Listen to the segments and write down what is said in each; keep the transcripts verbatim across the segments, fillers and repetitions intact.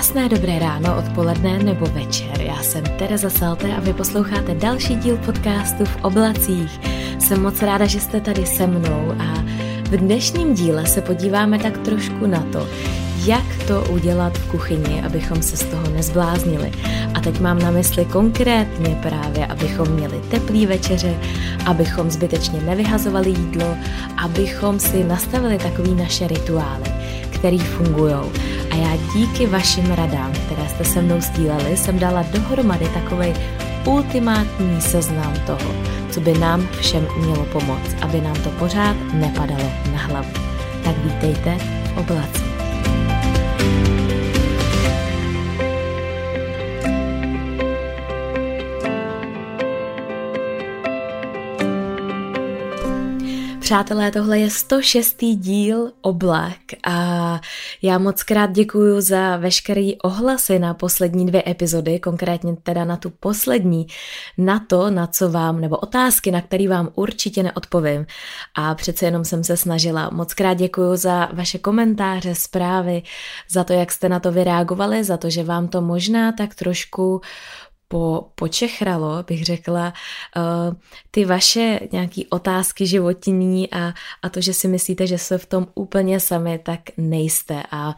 Krásné dobré ráno, odpoledne nebo večer. Já jsem Tereza Salte a vy posloucháte další díl podcastu V oblacích. Jsem moc ráda, že jste tady se mnou a v dnešním díle se podíváme tak trošku na to, jak to udělat v kuchyni, abychom se z toho nezbláznili. A teď mám na mysli konkrétně právě, abychom měli teplý večeře, abychom zbytečně nevyhazovali jídlo, abychom si nastavili takový naše rituály, který fungujou. A já díky vašim radám, které jste se mnou sdíleli, jsem dala dohromady takovej ultimátní seznam toho, co by nám všem mělo pomoct, aby nám to pořád nepadalo na hlavu. Tak vítejte v oblacích. Přátelé, tohle je sto šestý díl Oblak a já moc krát děkuju za veškerý ohlasy na poslední dvě epizody, konkrétně teda na tu poslední, na to, na co vám, nebo otázky, na které vám určitě neodpovím. A přece jenom jsem se snažila. Moc krát děkuju za vaše komentáře, zprávy, za to, jak jste na to vyreagovali, za to, že vám to možná tak trošku Po, počechralo, bych řekla, uh, ty vaše nějaký otázky životní a, a to, že si myslíte, že se v tom úplně sami, tak nejste a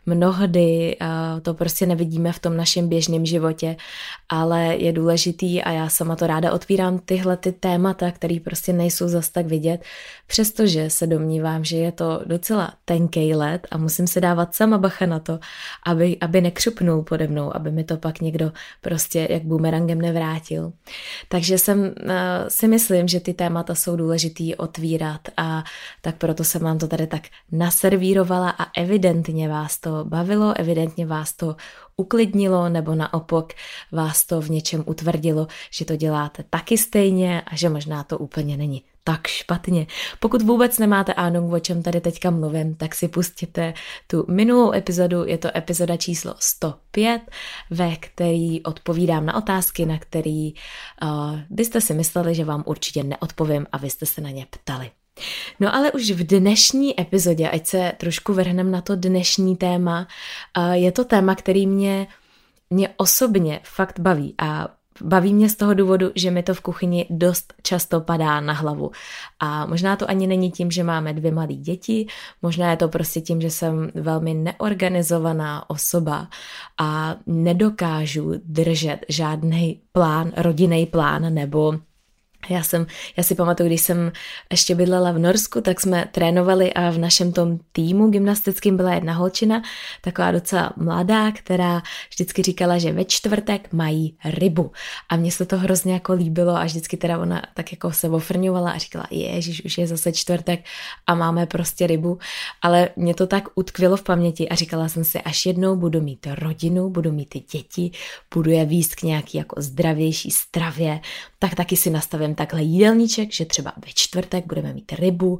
mnohdy uh, to prostě nevidíme v tom našem běžném životě, ale je důležitý a já sama to ráda otvírám tyhle ty témata, které prostě nejsou zas tak vidět, přestože se domnívám, že je to docela tenkej led a musím si dávat sama bacha na to, aby, aby nekřupnul pode mnou, aby mi to pak někdo prostě jak bumerangem nevrátil. Takže jsem uh, si myslím, že ty témata jsou důležitý otvírat a tak proto jsem vám to tady tak naservírovala a evidentně vás to bavilo, evidentně vás to uklidnilo nebo naopak vás to v něčem utvrdilo, že to děláte taky stejně a že možná to úplně není tak špatně. Pokud vůbec nemáte ánu, o čem tady teďka mluvím, tak si pustíte tu minulou epizodu, je to epizoda číslo sto pět, ve který odpovídám na otázky, na který uh, byste si mysleli, že vám určitě neodpovím a vy jste se na ně ptali. No ale už v dnešní epizodě, ať se trošku vrhnem na to dnešní téma, uh, je to téma, který mě, mě osobně fakt baví a baví mě z toho důvodu, že mi to v kuchyni dost často padá na hlavu. A možná to ani není tím, že máme dvě malé děti, možná je to prostě tím, že jsem velmi neorganizovaná osoba a nedokážu držet žádný plán, rodinný plán nebo Já, jsem, já si pamatuju, když jsem ještě bydlela v Norsku, tak jsme trénovali a v našem tom týmu gymnastickým byla jedna holčina, taková docela mladá, která vždycky říkala, že ve čtvrtek mají rybu. A mně se to hrozně jako líbilo a vždycky teda ona tak jako se ofrňovala a říkala, ježiš, už je zase čtvrtek a máme prostě rybu. Ale mě to tak utkvělo v paměti a říkala jsem si, až jednou budu mít rodinu, budu mít ty děti, budu je víc k nějaký jako zdravější stravě, tak taky si nastavím takhle jídelníček, že třeba ve čtvrtek budeme mít rybu,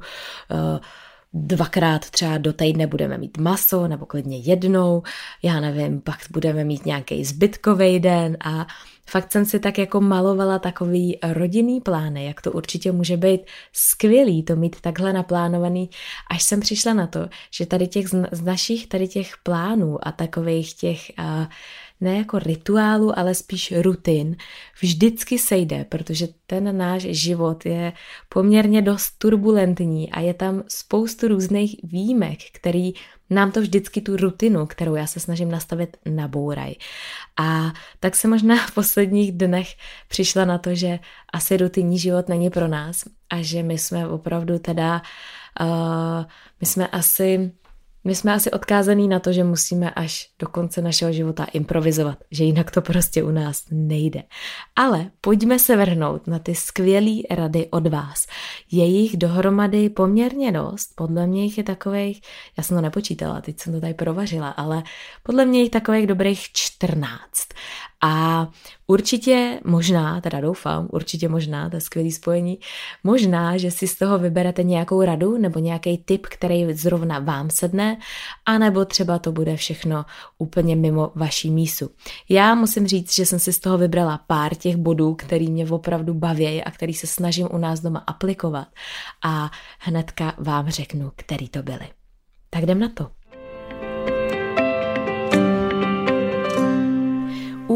dvakrát třeba do týdne budeme mít maso, nebo klidně jednou, já nevím, pak budeme mít nějaký zbytkový den a fakt jsem si tak jako malovala takový rodinný plány, jak to určitě může být skvělý to mít takhle naplánovaný, až jsem přišla na to, že tady těch z našich tady těch plánů a takových těch uh, ne jako rituálu, ale spíš rutin, vždycky sejde, protože ten náš život je poměrně dost turbulentní a je tam spoustu různých výjimek, který nám to vždycky tu rutinu, kterou já se snažím nastavit, nabouraj. A tak se možná v posledních dnech přišla na to, že asi rutinní život není pro nás a že my jsme opravdu teda, uh, my jsme asi... My jsme asi odkázaný na to, že musíme až do konce našeho života improvizovat, že jinak to prostě u nás nejde. Ale pojďme se vrhnout na ty skvělé rady od vás. Je jich dohromady poměrně dost, podle mě jich je takových, já jsem to nepočítala, teď jsem to tady provařila, ale podle mě jich takových dobrých čtrnáct. A určitě možná, teda doufám, určitě možná, to je skvělý spojení, možná, že si z toho vyberete nějakou radu nebo nějaký tip, který zrovna vám sedne, anebo třeba to bude všechno úplně mimo vaší mísu. Já musím říct, že jsem si z toho vybrala pár těch bodů, který mě opravdu baví a který se snažím u nás doma aplikovat a hnedka vám řeknu, který to byly. Tak jdem na to.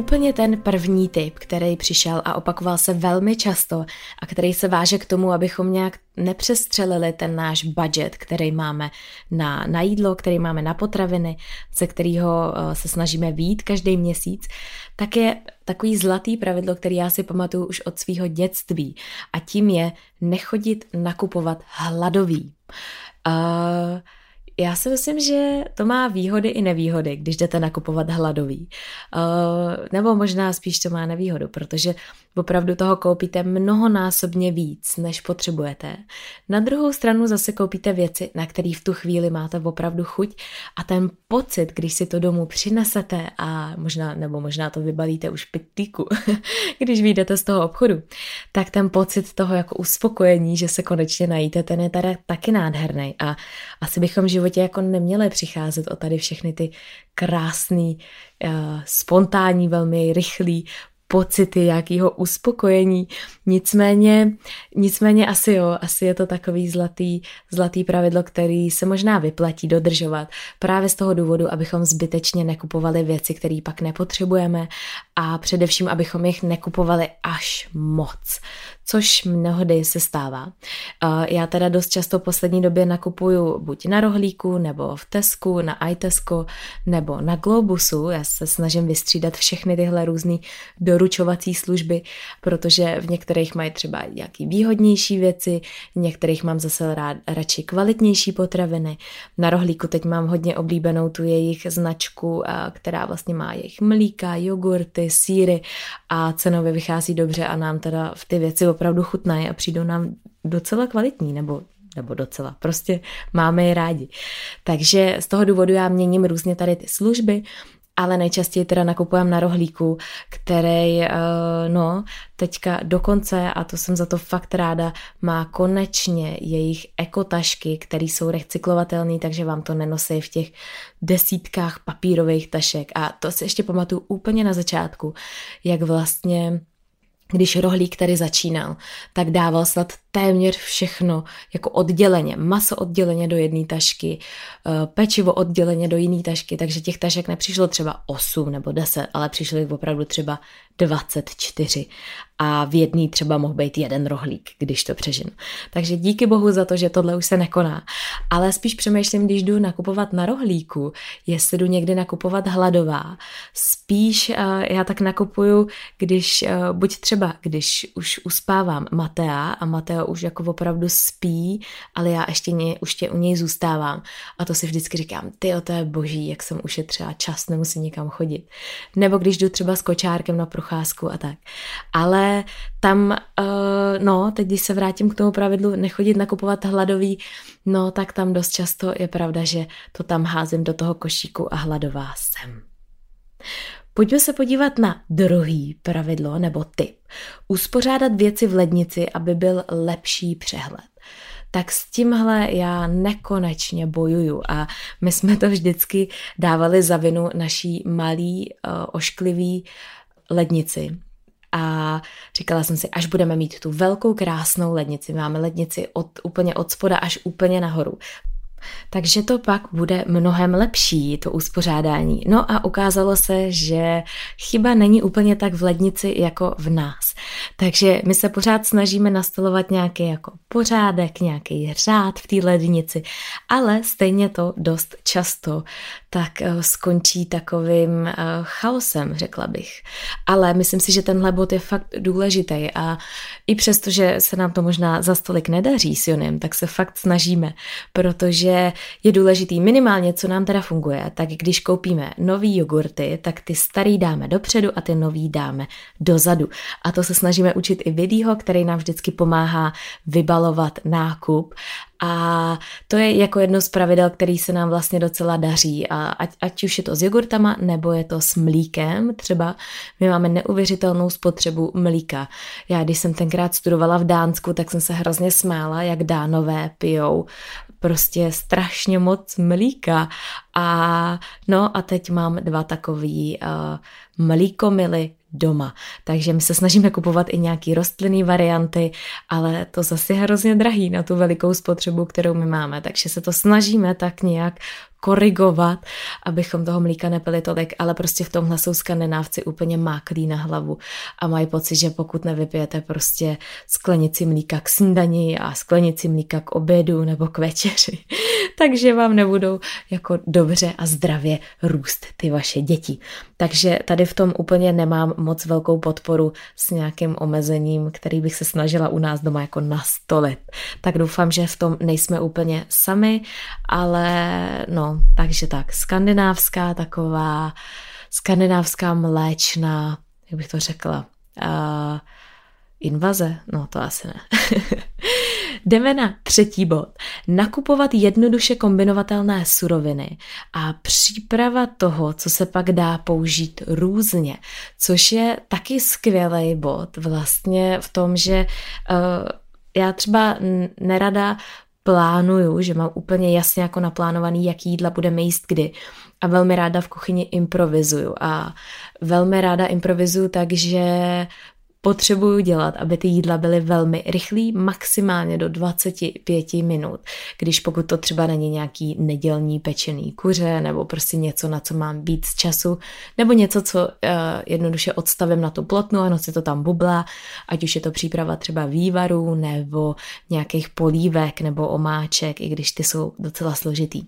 úplně ten první tip, který přišel a opakoval se velmi často a který se váže k tomu, abychom nějak nepřestřelili ten náš budget, který máme na, na jídlo, který máme na potraviny, ze kterého se snažíme vyjít každý měsíc, tak je takový zlatý pravidlo, který já si pamatuju už od svého dětství. A tím je nechodit nakupovat hladový. Uh, Já si myslím, že to má výhody i nevýhody, když jdete nakupovat hladový. Uh, nebo možná spíš to má nevýhodu, protože opravdu toho koupíte mnohonásobně víc, než potřebujete. Na druhou stranu zase koupíte věci, na které v tu chvíli máte opravdu chuť a ten pocit, když si to domů přinesete a možná, nebo možná to vybalíte už v pytlíku, když vyjdete z toho obchodu, tak ten pocit toho jako uspokojení, že se konečně najíte, ten je tady taky nádherný a asi bychom v životě jako neměli přicházet o tady všechny ty krásný, uh, spontánní, velmi rychlý pocity nějakého uspokojení. Nicméně, nicméně asi jo, asi je to takový zlatý, zlatý pravidlo, který se možná vyplatí dodržovat právě z toho důvodu, abychom zbytečně nekupovali věci, které pak nepotřebujeme a především, abychom jich nekupovali až moc, což mnohdy se stává. Já teda dost často v poslední době nakupuju buď na Rohlíku, nebo v Tesku, na iTesco, nebo na Globusu. Já se snažím vystřídat všechny tyhle různé doručovací služby, protože v některých mají třeba nějaký výhodnější věci, v některých mám zase rád, radši kvalitnější potraviny. Na Rohlíku teď mám hodně oblíbenou tu jejich značku, která vlastně má jejich mlíka, jogurty, sýry a cenově vychází dobře a nám teda v ty věci opravdu chutnají a přijdou nám docela kvalitní, nebo nebo docela, prostě máme je rádi. Takže z toho důvodu já měním různě tady ty služby, ale nejčastěji teda nakupujem na Rohlíku, který, no, teďka dokonce, a to jsem za to fakt ráda, má konečně jejich ekotašky, které jsou recyklovatelné, takže vám to nenosí v těch desítkách papírových tašek. A to si ještě pamatuju úplně na začátku, jak vlastně když Rohlík tady začínal, tak dával snad téměř všechno jako odděleně. Maso odděleně do jedné tašky, pečivo odděleně do jiné tašky, takže těch tašek nepřišlo třeba osm nebo deset, ale přišlo jich opravdu třeba dvacet čtyři. A v jedný třeba mohl být jeden rohlík, když to přežinu. Takže díky bohu za to, že tohle už se nekoná. Ale spíš přemýšlím, když jdu nakupovat na Rohlíku, jestli jdu někdy nakupovat hladová. Spíš uh, já tak nakupuju, když uh, buď třeba, když už uspávám Matea a Mateo už jako opravdu spí, ale já ještě ně, už tě u něj zůstávám. A to si vždycky říkám, tyjo, to je boží, jak jsem ušetřila čas, nemusím nikam chodit. Nebo když jdu třeba s kočárkem na procházku a tak. Ale tam, uh, no, teď když se vrátím k tomu pravidlu nechodit nakupovat hladový, no, tak tam dost často je pravda, že to tam házím do toho košíku a hladová jsem. Pojďme se podívat na druhý pravidlo nebo tip. Uspořádat věci v lednici, aby byl lepší přehled. Tak s tímhle já nekonečně bojuju a my jsme to vždycky dávali za vinu naší malý, uh, ošklivý lednici. A říkala jsem si, až budeme mít tu velkou krásnou lednici, máme lednici od, úplně od spoda až úplně nahoru, takže to pak bude mnohem lepší, to uspořádání. No a ukázalo se, že chyba není úplně tak v lednici jako v nás. Takže my se pořád snažíme nastolovat nějaký jako pořádek, nějaký řád v té lednici, ale stejně to dost často tak skončí takovým chaosem, řekla bych. Ale myslím si, že tenhle bod je fakt důležitý a i přesto, že se nám to možná za stolik nedaří s Jonem, tak se fakt snažíme, protože je důležitý minimálně, co nám teda funguje. Tak když koupíme nový jogurty, tak ty starý dáme dopředu a ty nový dáme dozadu. A to se snažíme učit i Vidího, který nám vždycky pomáhá vybalovat nákup. A to je jako jedno z pravidel, který se nám vlastně docela daří. A ať, ať už je to s jogurtama, nebo je to s mlíkem. Třeba my máme neuvěřitelnou spotřebu mlíka. Já když jsem tenkrát studovala v Dánsku, tak jsem se hrozně smála, jak Dánové pijou prostě strašně moc mlíka. A no a teď mám dva takový uh, mlíkomily doma. Takže my se snažíme kupovat i nějaký rostlinný varianty, ale to zase je hrozně drahý na tu velikou spotřebu, kterou my máme. Takže se to snažíme tak nějak korigovat, abychom toho mlíka nepili tolik, ale prostě v tomhle jsou Skandinávci úplně máklí na hlavu a mají pocit, že pokud nevypijete prostě sklenici mlíka k snídani a sklenici mlíka k obědu nebo k večeři, takže vám nebudou jako dobře a zdravě růst ty vaše děti. Takže tady v tom úplně nemám moc velkou podporu s nějakým omezením, který bych se snažila u nás doma jako nastolit. Tak doufám, že v tom nejsme úplně sami, ale no, takže tak, skandinávská taková, skandinávská mléčná, jak bych to řekla, uh, invaze? No, to asi ne. Jdeme na třetí bod. Nakupovat jednoduše kombinovatelné suroviny a příprava toho, co se pak dá použít různě, což je taky skvělý bod vlastně v tom, že uh, já třeba nerada plánuju, že mám úplně jasně jako naplánovaný, jaký jídla budeme jíst kdy. A velmi ráda v kuchyni improvizuju. A velmi ráda improvizuju, takže potřebuju dělat, aby ty jídla byly velmi rychlý, maximálně do dvacet pět minut. Když pokud to třeba není nějaký nedělní pečený kuře, nebo prostě něco, na co mám víc času, nebo něco, co uh, jednoduše odstavím na tu plotnu, ano, si to tam bublá, ať už je to příprava třeba vývarů, nebo nějakých polívek, nebo omáček, i když ty jsou docela složitý.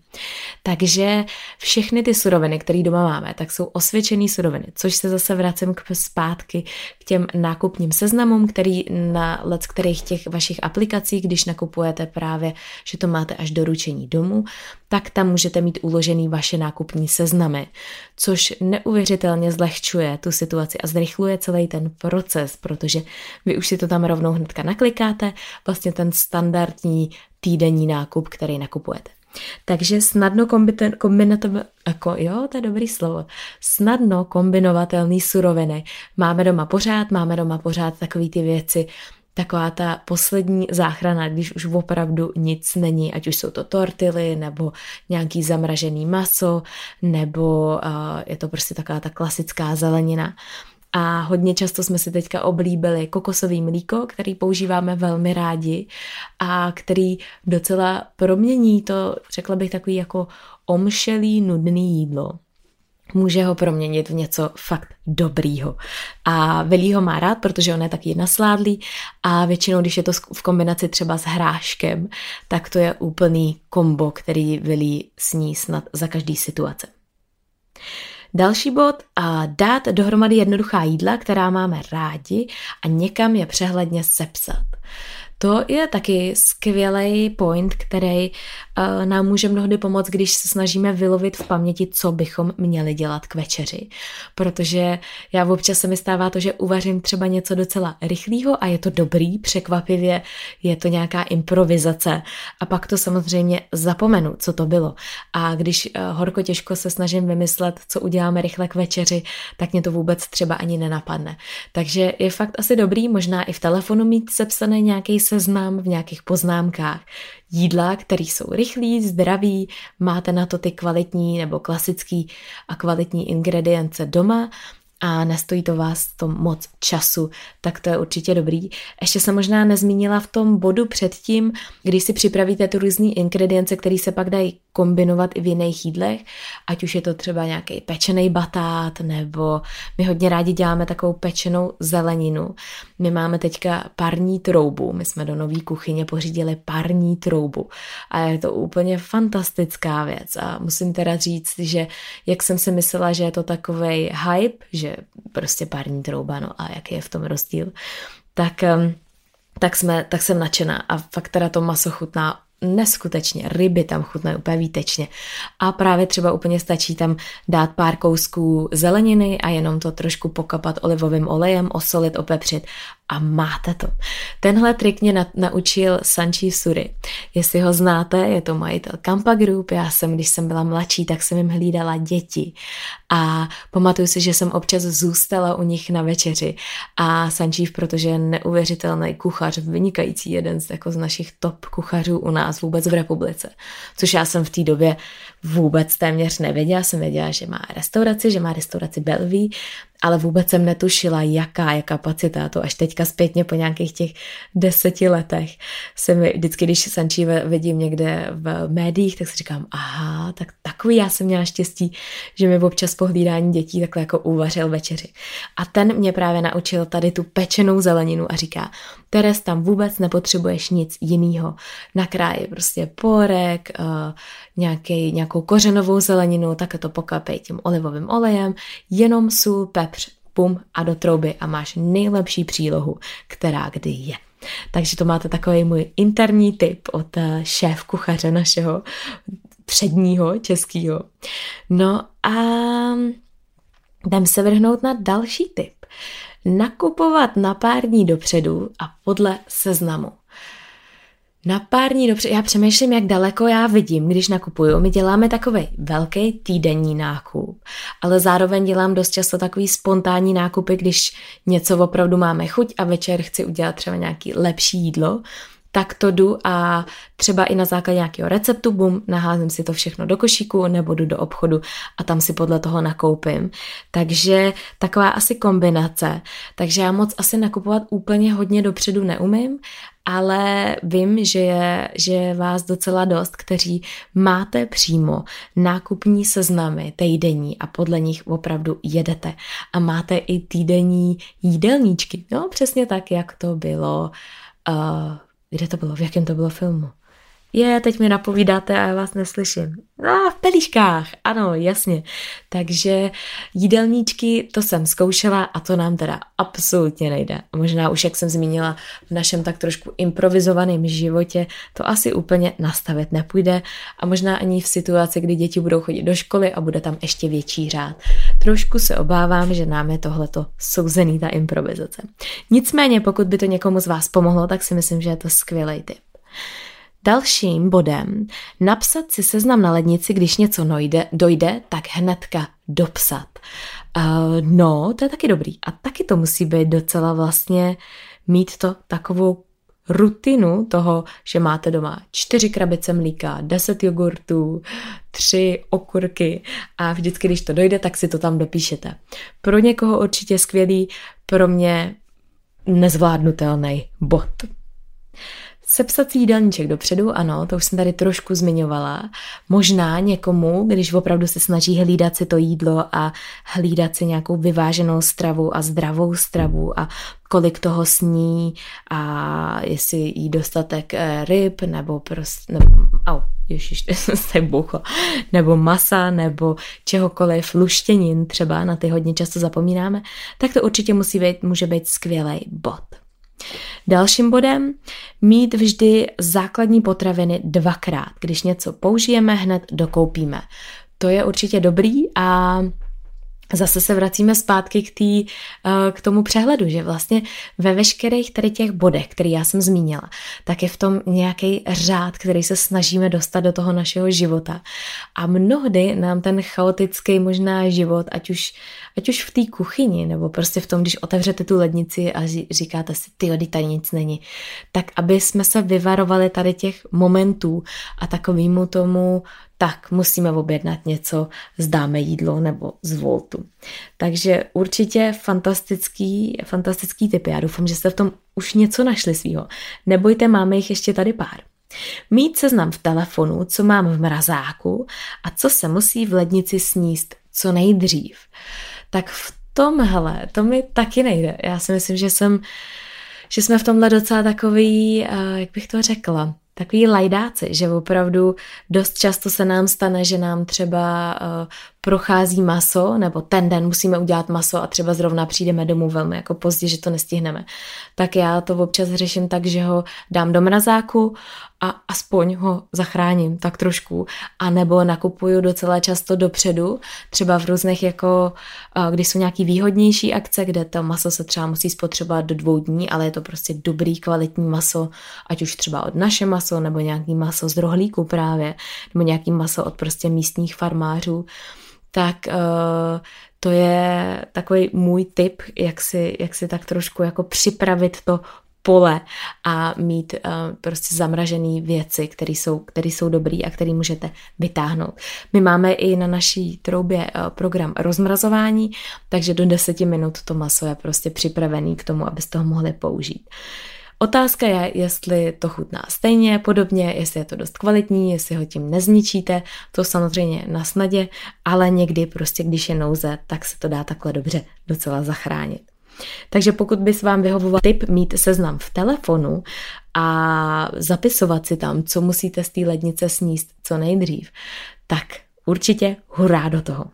Takže všechny ty suroviny, které doma máme, tak jsou osvědčené suroviny, což se zase vracím k zpátky k těm nákupům nákupním seznamům, který na let kterých těch vašich aplikací, když nakupujete právě, že to máte až do ručení domů, tak tam můžete mít uložený vaše nákupní seznamy, což neuvěřitelně zlehčuje tu situaci a zrychluje celý ten proces, protože vy už si to tam rovnou hnedka naklikáte, vlastně ten standardní týdenní nákup, který nakupujete. Takže snadno kombinovatelné, jako, jo, to je dobrý slovo, snadno kombinovatelné suroviny. Máme doma pořád, máme doma pořád takové ty věci, taková ta poslední záchrana, když už opravdu nic není, ať už jsou to tortily, nebo nějaký zamražený maso, nebo uh, je to prostě taková ta klasická zelenina. A hodně často jsme si teďka oblíbili kokosový mlíko, který používáme velmi rádi a který docela promění to, řekla bych, takový jako omšelý, nudný jídlo. Může ho proměnit v něco fakt dobrýho. A Vilí ho má rád, protože on je taky nasládlý a většinou, když je to v kombinaci třeba s hráškem, tak to je úplný kombo, který Vilí sní snad za každý situace. Další bod, a dát dohromady jednoduchá jídla, která máme rádi a někam je přehledně sepsat. To je taky skvělý point, který uh, nám může mnohdy pomoct, když se snažíme vylovit v paměti, co bychom měli dělat k večeři. Protože já občas se mi stává to, že uvařím třeba něco docela rychlého a je to dobrý, překvapivě je to nějaká improvizace a pak to samozřejmě zapomenu, co to bylo. A když uh, horko těžko se snažím vymyslet, co uděláme rychle k večeři, tak mě to vůbec třeba ani nenapadne. Takže je fakt asi dobrý možná i v telefonu mít sepsaný nějaký seznam v nějakých poznámkách jídla, které jsou rychlý, zdraví, máte na to ty kvalitní nebo klasický a kvalitní ingredience doma a nestojí to vás to moc času, tak to je určitě dobrý. Ještě jsem možná nezmínila v tom bodu předtím, když si připravíte tu různý ingredience, které se pak dají kombinovat i v jiných jídlech, ať už je to třeba nějaký pečený batát, nebo my hodně rádi děláme takovou pečenou zeleninu. My máme teďka parní troubu, my jsme do nový kuchyně pořídili parní troubu a je to úplně fantastická věc a musím teda říct, že jak jsem si myslela, že je to takovej hype, že prostě parní trouba, no a jaký je v tom rozdíl, tak, tak, jsme, tak jsem nadšená a fakt teda to maso chutná neskutečně, ryby tam chutnají úplně výtečně a právě třeba úplně stačí tam dát pár kousků zeleniny a jenom to trošku pokapat olivovým olejem, osolit, opepřit a máte to. Tenhle trik mě na, naučil Sanjeev Suri. Jestli ho znáte, je to majitel Kampa Group, já jsem, když jsem byla mladší, tak jsem jim hlídala děti a pamatuju si, že jsem občas zůstala u nich na večeři a Sanjeev, protože je neuvěřitelný kuchař, vynikající jeden z, jako z našich top kuchařů u nás vůbec v republice, což já jsem v té době vůbec téměř nevěděla, jsem věděla, že má restauraci, že má restauraci Bellevue ale vůbec jsem netušila, jaká je kapacita. To až teďka zpětně po nějakých těch deseti letech se mi vždycky, když Sančí vidím někde v médiích, tak si říkám, aha, tak takový já jsem měla štěstí, že mi občas po hlídání dětí takhle jako uvařil večeři. A ten mě právě naučil tady tu pečenou zeleninu a říká, Teres, tam vůbec nepotřebuješ nic jiného. Nakráji prostě porek, uh, nějaký, nějakou kořenovou zeleninu, tak to pokapej tím olivovým olejem, jenom sůl, pepř, pum a do trouby a máš nejlepší přílohu, která kdy je. Takže to máte takový můj interní tip od šéf kuchaře našeho předního českého. No a jdem se vrhnout na další tip. Nakupovat na pár dní dopředu a podle seznamu. Na pár dní dopředu, já přemýšlím, jak daleko já vidím, když nakupuju. My děláme takový velký týdenní nákup, ale zároveň dělám dost často takový spontánní nákupy, když něco opravdu máme chuť a večer chci udělat třeba nějaký lepší jídlo, tak to jdu a třeba i na základě nějakého receptu, bum, naházím si to všechno do košíku nebo jdu do obchodu a tam si podle toho nakoupím. Takže taková asi kombinace. Takže já moc asi nakupovat úplně hodně dopředu neumím, ale vím, že je, že je vás docela dost, kteří máte přímo nákupní seznamy týdenní a podle nich opravdu jedete. A máte i týdenní jídelníčky. No přesně tak, jak to bylo... Uh, Kde to bylo? V jakém to bylo filmu? Je, teď mi napovídáte a já vás neslyším. No, v Pelíškách, ano, jasně. Takže jídelníčky, to jsem zkoušela a to nám teda absolutně nejde. Možná už, jak jsem zmínila, v našem tak trošku improvizovaném životě to asi úplně nastavit nepůjde a možná ani v situaci, kdy děti budou chodit do školy a bude tam ještě větší řád. Trošku se obávám, že nám je tohleto souzený, ta improvizace. Nicméně, pokud by to někomu z vás pomohlo, tak si myslím, že je to skvělý tip. Dalším bodem, napsat si seznam na lednici, když něco dojde, dojde tak hnedka dopsat. Uh, no, to je taky dobrý. A taky to musí být docela vlastně mít to takovou rutinu toho, že máte doma čtyři krabice mlíka, deset jogurtů, tři okurky a vždycky, když to dojde, tak si to tam dopíšete. Pro někoho určitě skvělý, pro mě nezvládnutelný bod. Sepsat si jídelníček dopředu, ano, to už jsem tady trošku zmiňovala. Možná někomu, když opravdu se snaží hlídat si to jídlo a hlídat si nějakou vyváženou stravu a zdravou stravu a kolik toho sní a jestli jí dostatek ryb nebo prostě, nebo, au, ježiš, se bouchla, nebo masa, nebo čehokoliv, luštěnin třeba, na ty hodně často zapomínáme, tak to určitě musí být, může být skvělý bod. Dalším bodem, mít vždy základní potraviny dvakrát. Když něco použijeme, hned dokoupíme. To je určitě dobrý a zase se vracíme zpátky k, tý, k tomu přehledu, že vlastně ve veškerých tady těch bodech, který já jsem zmínila, tak je v tom nějaký řád, který se snažíme dostat do toho našeho života. A mnohdy nám ten chaotický možná život, ať už, ať už v té kuchyni, nebo prostě v tom, když otevřete tu lednici a říkáte si, tyjo, tady nic není, tak aby jsme se vyvarovali tady těch momentů a takovýmu tomu, tak musíme objednat něco, zdáme jídlo nebo z Voltu. Takže určitě fantastický, fantastický tip. Já doufám, že jste v tom už něco našli svýho. Nebojte, máme jich ještě tady pár. Mít seznam v telefonu, co mám v mrazáku a co se musí v lednici sníst co nejdřív. Tak v tomhle, to mi taky nejde. Já si myslím, že jsem, že jsme v tomhle docela takový, jak bych to řekla, takový lajdáci, že opravdu dost často se nám stane, že nám třeba uh, prochází maso, nebo ten den musíme udělat maso a třeba zrovna přijdeme domů velmi jako pozdě, že to nestihneme. Tak já to občas řeším tak, že ho dám do mrazáku a aspoň ho zachráním tak trošku, a nebo nakupuju docela často dopředu, třeba v různých jako, když jsou nějaký výhodnější akce, kde to maso se třeba musí spotřebovat do dvou dní, ale je to prostě dobrý kvalitní maso, ať už třeba od Naše maso, nebo nějaký maso z rohlíku právě, nebo nějaký maso od prostě místních farmářů, tak uh, to je takový můj tip, jak si, jak si tak trošku jako připravit to pole a mít uh, prostě zamražené věci, které jsou, které jsou dobrý a které můžete vytáhnout. My máme i na naší troubě uh, program rozmrazování, takže do deseti minut to maso je prostě připravený k tomu, abyste ho mohli použít. Otázka je, jestli to chutná stejně, podobně, jestli je to dost kvalitní, jestli ho tím nezničíte, to samozřejmě na snadě, ale někdy prostě, když je nouze, tak se to dá takhle dobře docela zachránit. Takže pokud by se vám vyhovoval tip mít seznam v telefonu a zapisovat si tam, co musíte z té lednice sníst co nejdřív, tak určitě hurá do toho.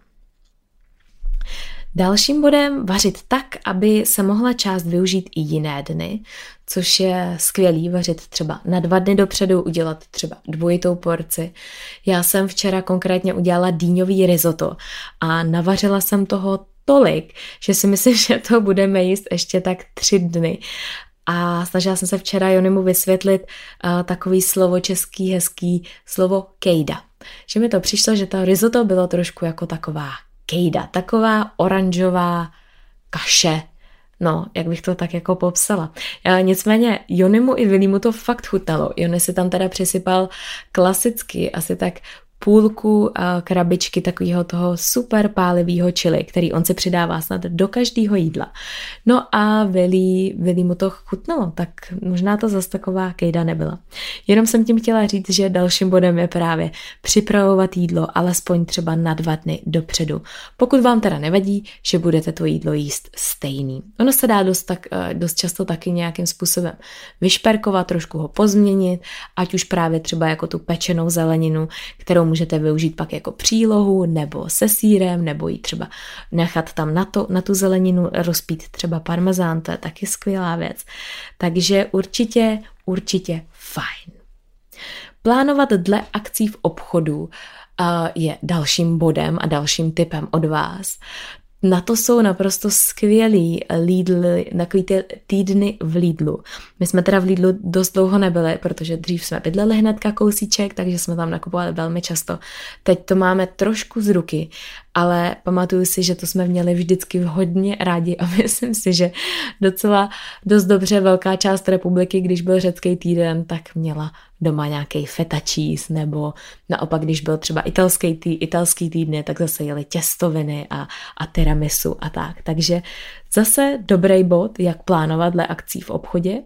Dalším bodem vařit tak, aby se mohla část využít i jiné dny, což je skvělý vařit třeba na dva dny dopředu, udělat třeba dvojitou porci. Já jsem včera konkrétně udělala dýňový risotto a navařila jsem toho tolik, že si myslím, že to budeme jíst ještě tak tři dny. A snažila jsem se včera Jonimu vysvětlit uh, takový slovo český, hezký slovo kejda. Že mi to přišlo, že to risotto bylo trošku jako taková kejda, taková oranžová kaše. No, jak bych to tak jako popsala. E, nicméně Jonimu i Willimu to fakt chutnalo. Jony si tam teda přisypal klasicky asi tak půlku krabičky takového toho super pálivého chili, který on si přidává snad do každého jídla. No a Willy, Willy mu to chutnalo, tak možná to zase taková kejda nebyla. Jenom jsem tím chtěla říct, že dalším bodem je právě připravovat jídlo alespoň třeba na dva dny dopředu. Pokud vám teda nevadí, že budete to jídlo jíst stejný. Ono se dá dost, tak, dost často taky nějakým způsobem vyšperkovat, trošku ho pozměnit, ať už právě třeba jako tu pečenou zeleninu, kterou můžete využít pak jako přílohu nebo se sýrem, nebo ji třeba nechat tam na, to, na tu zeleninu rozpít třeba parmezán, to je taky skvělá věc. Takže určitě, určitě fajn. Plánovat dle akcí v obchodu uh, je dalším bodem a dalším tipem od vás. Na to jsou naprosto skvělý Lidl, takový ty týdny v Lidlu. My jsme teda v Lidlu dost dlouho nebyli, protože dřív jsme bydleli hnedka kousíček, takže jsme tam nakupovali velmi často. Teď to máme trošku z ruky, ale pamatuju si, že to jsme měli vždycky hodně rádi a myslím si, že docela dost dobře velká část republiky, když byl řecký týden, tak měla doma nějaký feta cheese, nebo naopak, když byl třeba italský, tý, italský týdny, tak zase jeli těstoviny a, a tiramisu a tak. Takže zase dobrý bod, jak plánovat dle akcí v obchodě.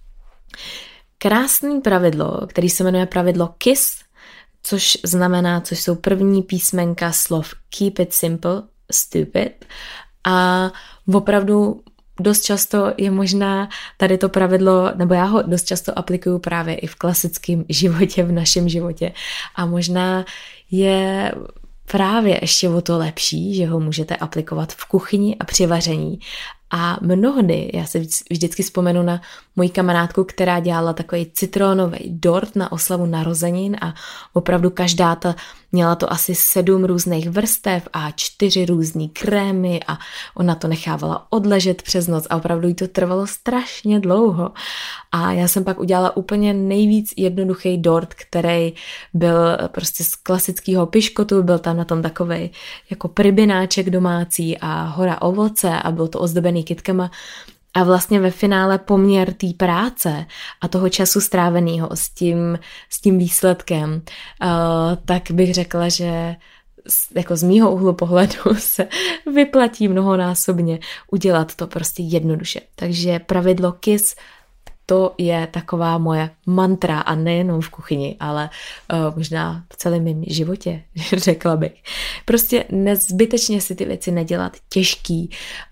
Krásný pravidlo, který se jmenuje pravidlo K I S S, což znamená, což jsou první písmenka slov Keep it simple, stupid. A opravdu dost často je možná tady to pravidlo, nebo já ho dost často aplikuju právě i v klasickém životě, v našem životě. A možná je právě ještě o to lepší, že ho můžete aplikovat v kuchyni a při vaření. A mnohdy, já se vždycky vzpomenu na moji kamarádku, která dělala takový citronový dort na oslavu narozenin a opravdu každá ta měla to asi sedm různých vrstev a čtyři různý krémy a ona to nechávala odležet přes noc a opravdu jí to trvalo strašně dlouho. A já jsem pak udělala úplně nejvíc jednoduchý dort, který byl prostě z klasického piškotu, byl tam na tom takovej jako pribináček domácí a hora ovoce a byl to ozdobený kytkama. A vlastně ve finále poměr té práce a toho času stráveného s tím, s tím výsledkem, uh, tak bych řekla, že jako z mýho úhlu pohledu se vyplatí mnohonásobně udělat to prostě jednoduše. Takže pravidlo K I S S, to je taková moje mantra a nejenom v kuchyni, ale uh, možná v celém mém životě, řekla bych. Prostě nezbytečně si ty věci nedělat těžký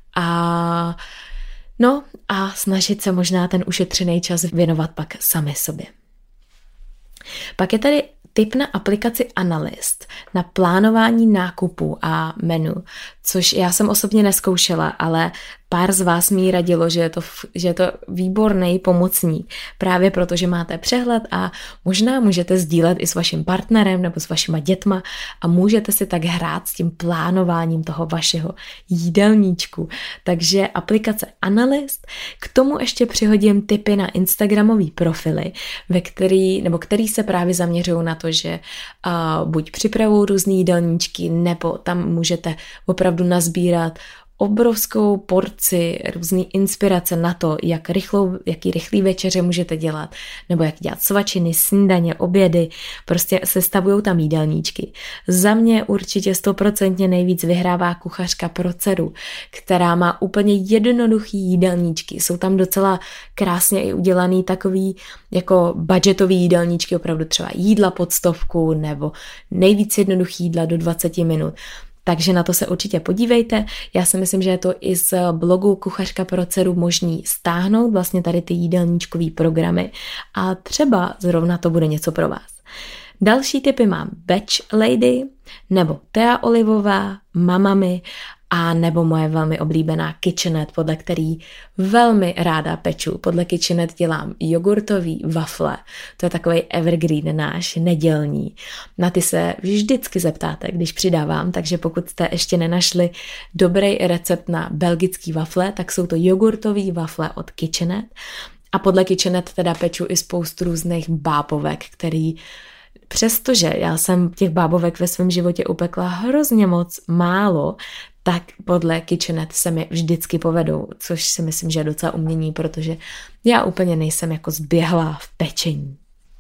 a no a snažit se možná ten ušetřený čas věnovat pak sami sobě. Pak je tady tip na aplikaci Analyst na plánování nákupů a menu, což já jsem osobně nezkoušela, ale pár z vás mi radilo, že je to, že je to výborný pomocník, právě proto, že máte přehled a možná můžete sdílet i s vaším partnerem nebo s vašima dětma a můžete si tak hrát s tím plánováním toho vašeho jídelníčku. Takže aplikace Analyst, k tomu ještě přihodím tipy na instagramový profily, ve který, nebo který se právě zaměřují na to, že uh, buď připravují různý jídelníčky, nebo tam můžete opravdu nazbírat obrovskou porci různý inspirace na to, jak rychlou, jaký rychlý večeře můžete dělat, nebo jak dělat svačiny, snídaně, obědy, prostě sestavují tam jídelníčky. Za mě určitě stoprocentně nejvíc vyhrává kuchařka pro dceru, která má úplně jednoduchý jídelníčky. Jsou tam docela krásně i udělaný takový jako budgetový jídelníčky, opravdu třeba jídla pod stovku nebo nejvíc jednoduchý jídla do dvacet minut. Takže na to se určitě podívejte. Já si myslím, že je to i z blogu Kuchařka pro dceru možný stáhnout, vlastně tady ty jídelníčkový programy a třeba zrovna to bude něco pro vás. Další tipy mám Batch Lady nebo Thea Olivová, Mamami a nebo moje velmi oblíbená KitchenNet, podle který velmi ráda peču. Podle KitchenNet dělám jogurtový wafle. To je takový evergreen náš, nedělní. Na ty se vždycky zeptáte, když přidávám, takže pokud jste ještě nenašli dobrý recept na belgický wafle, tak jsou to jogurtový wafle od KitchenNet. A podle KitchenNet teda peču i spoustu různých bábovek, který přestože já jsem těch bábovek ve svém životě upekla hrozně moc málo, tak podle KitchenNet se mi vždycky povedou, což si myslím, že je docela umění, protože já úplně nejsem jako zběhlá v pečení.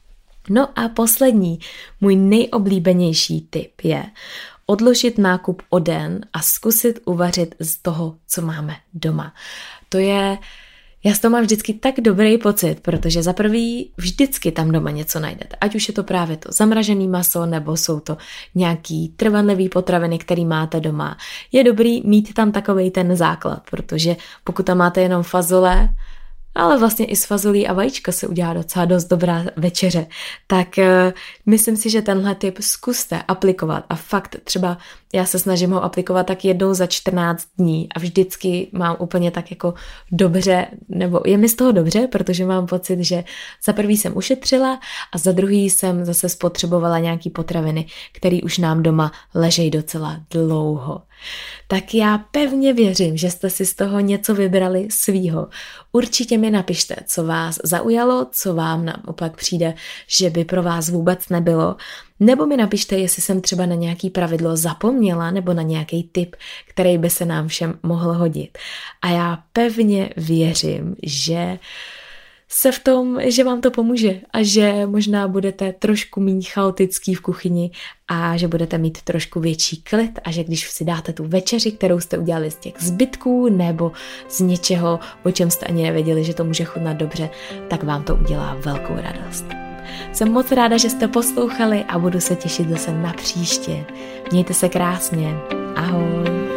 No a poslední, můj nejoblíbenější tip je odložit nákup o den a zkusit uvařit z toho, co máme doma. To je... Já z toho mám vždycky tak dobrý pocit, protože za prvý vždycky tam doma něco najdete. Ať už je to právě to zamražený maso, nebo jsou to nějaký trvanlivý potraviny, který máte doma. Je dobrý mít tam takovej ten základ, protože pokud tam máte jenom fazole, ale vlastně i z fazolí a vajíčka se udělá docela dost dobrá večeře, tak uh, myslím si, že tenhle tip zkuste aplikovat a fakt třeba já se snažím ho aplikovat tak jednou za čtrnáct dní a vždycky mám úplně tak jako dobře, nebo je mi z toho dobře, protože mám pocit, že za prvý jsem ušetřila a za druhý jsem zase spotřebovala nějaký potraviny, které už nám doma ležejí docela dlouho. Tak já pevně věřím, že jste si z toho něco vybrali svýho. Určitě mi napište, co vás zaujalo, co vám naopak přijde, že by pro vás vůbec nebylo. Nebo mi napište, jestli jsem třeba na nějaký pravidlo zapomněla nebo na nějaký tip, který by se nám všem mohl hodit. A já pevně věřím, že se v tom, že vám to pomůže a že možná budete trošku méně chaotický v kuchyni a že budete mít trošku větší klid a že když si dáte tu večeři, kterou jste udělali z těch zbytků nebo z něčeho, o čem jste ani nevěděli, že to může chutnat dobře, tak vám to udělá velkou radost. Jsem moc ráda, že jste poslouchali a budu se těšit zase na příště. Mějte se krásně. Ahoj.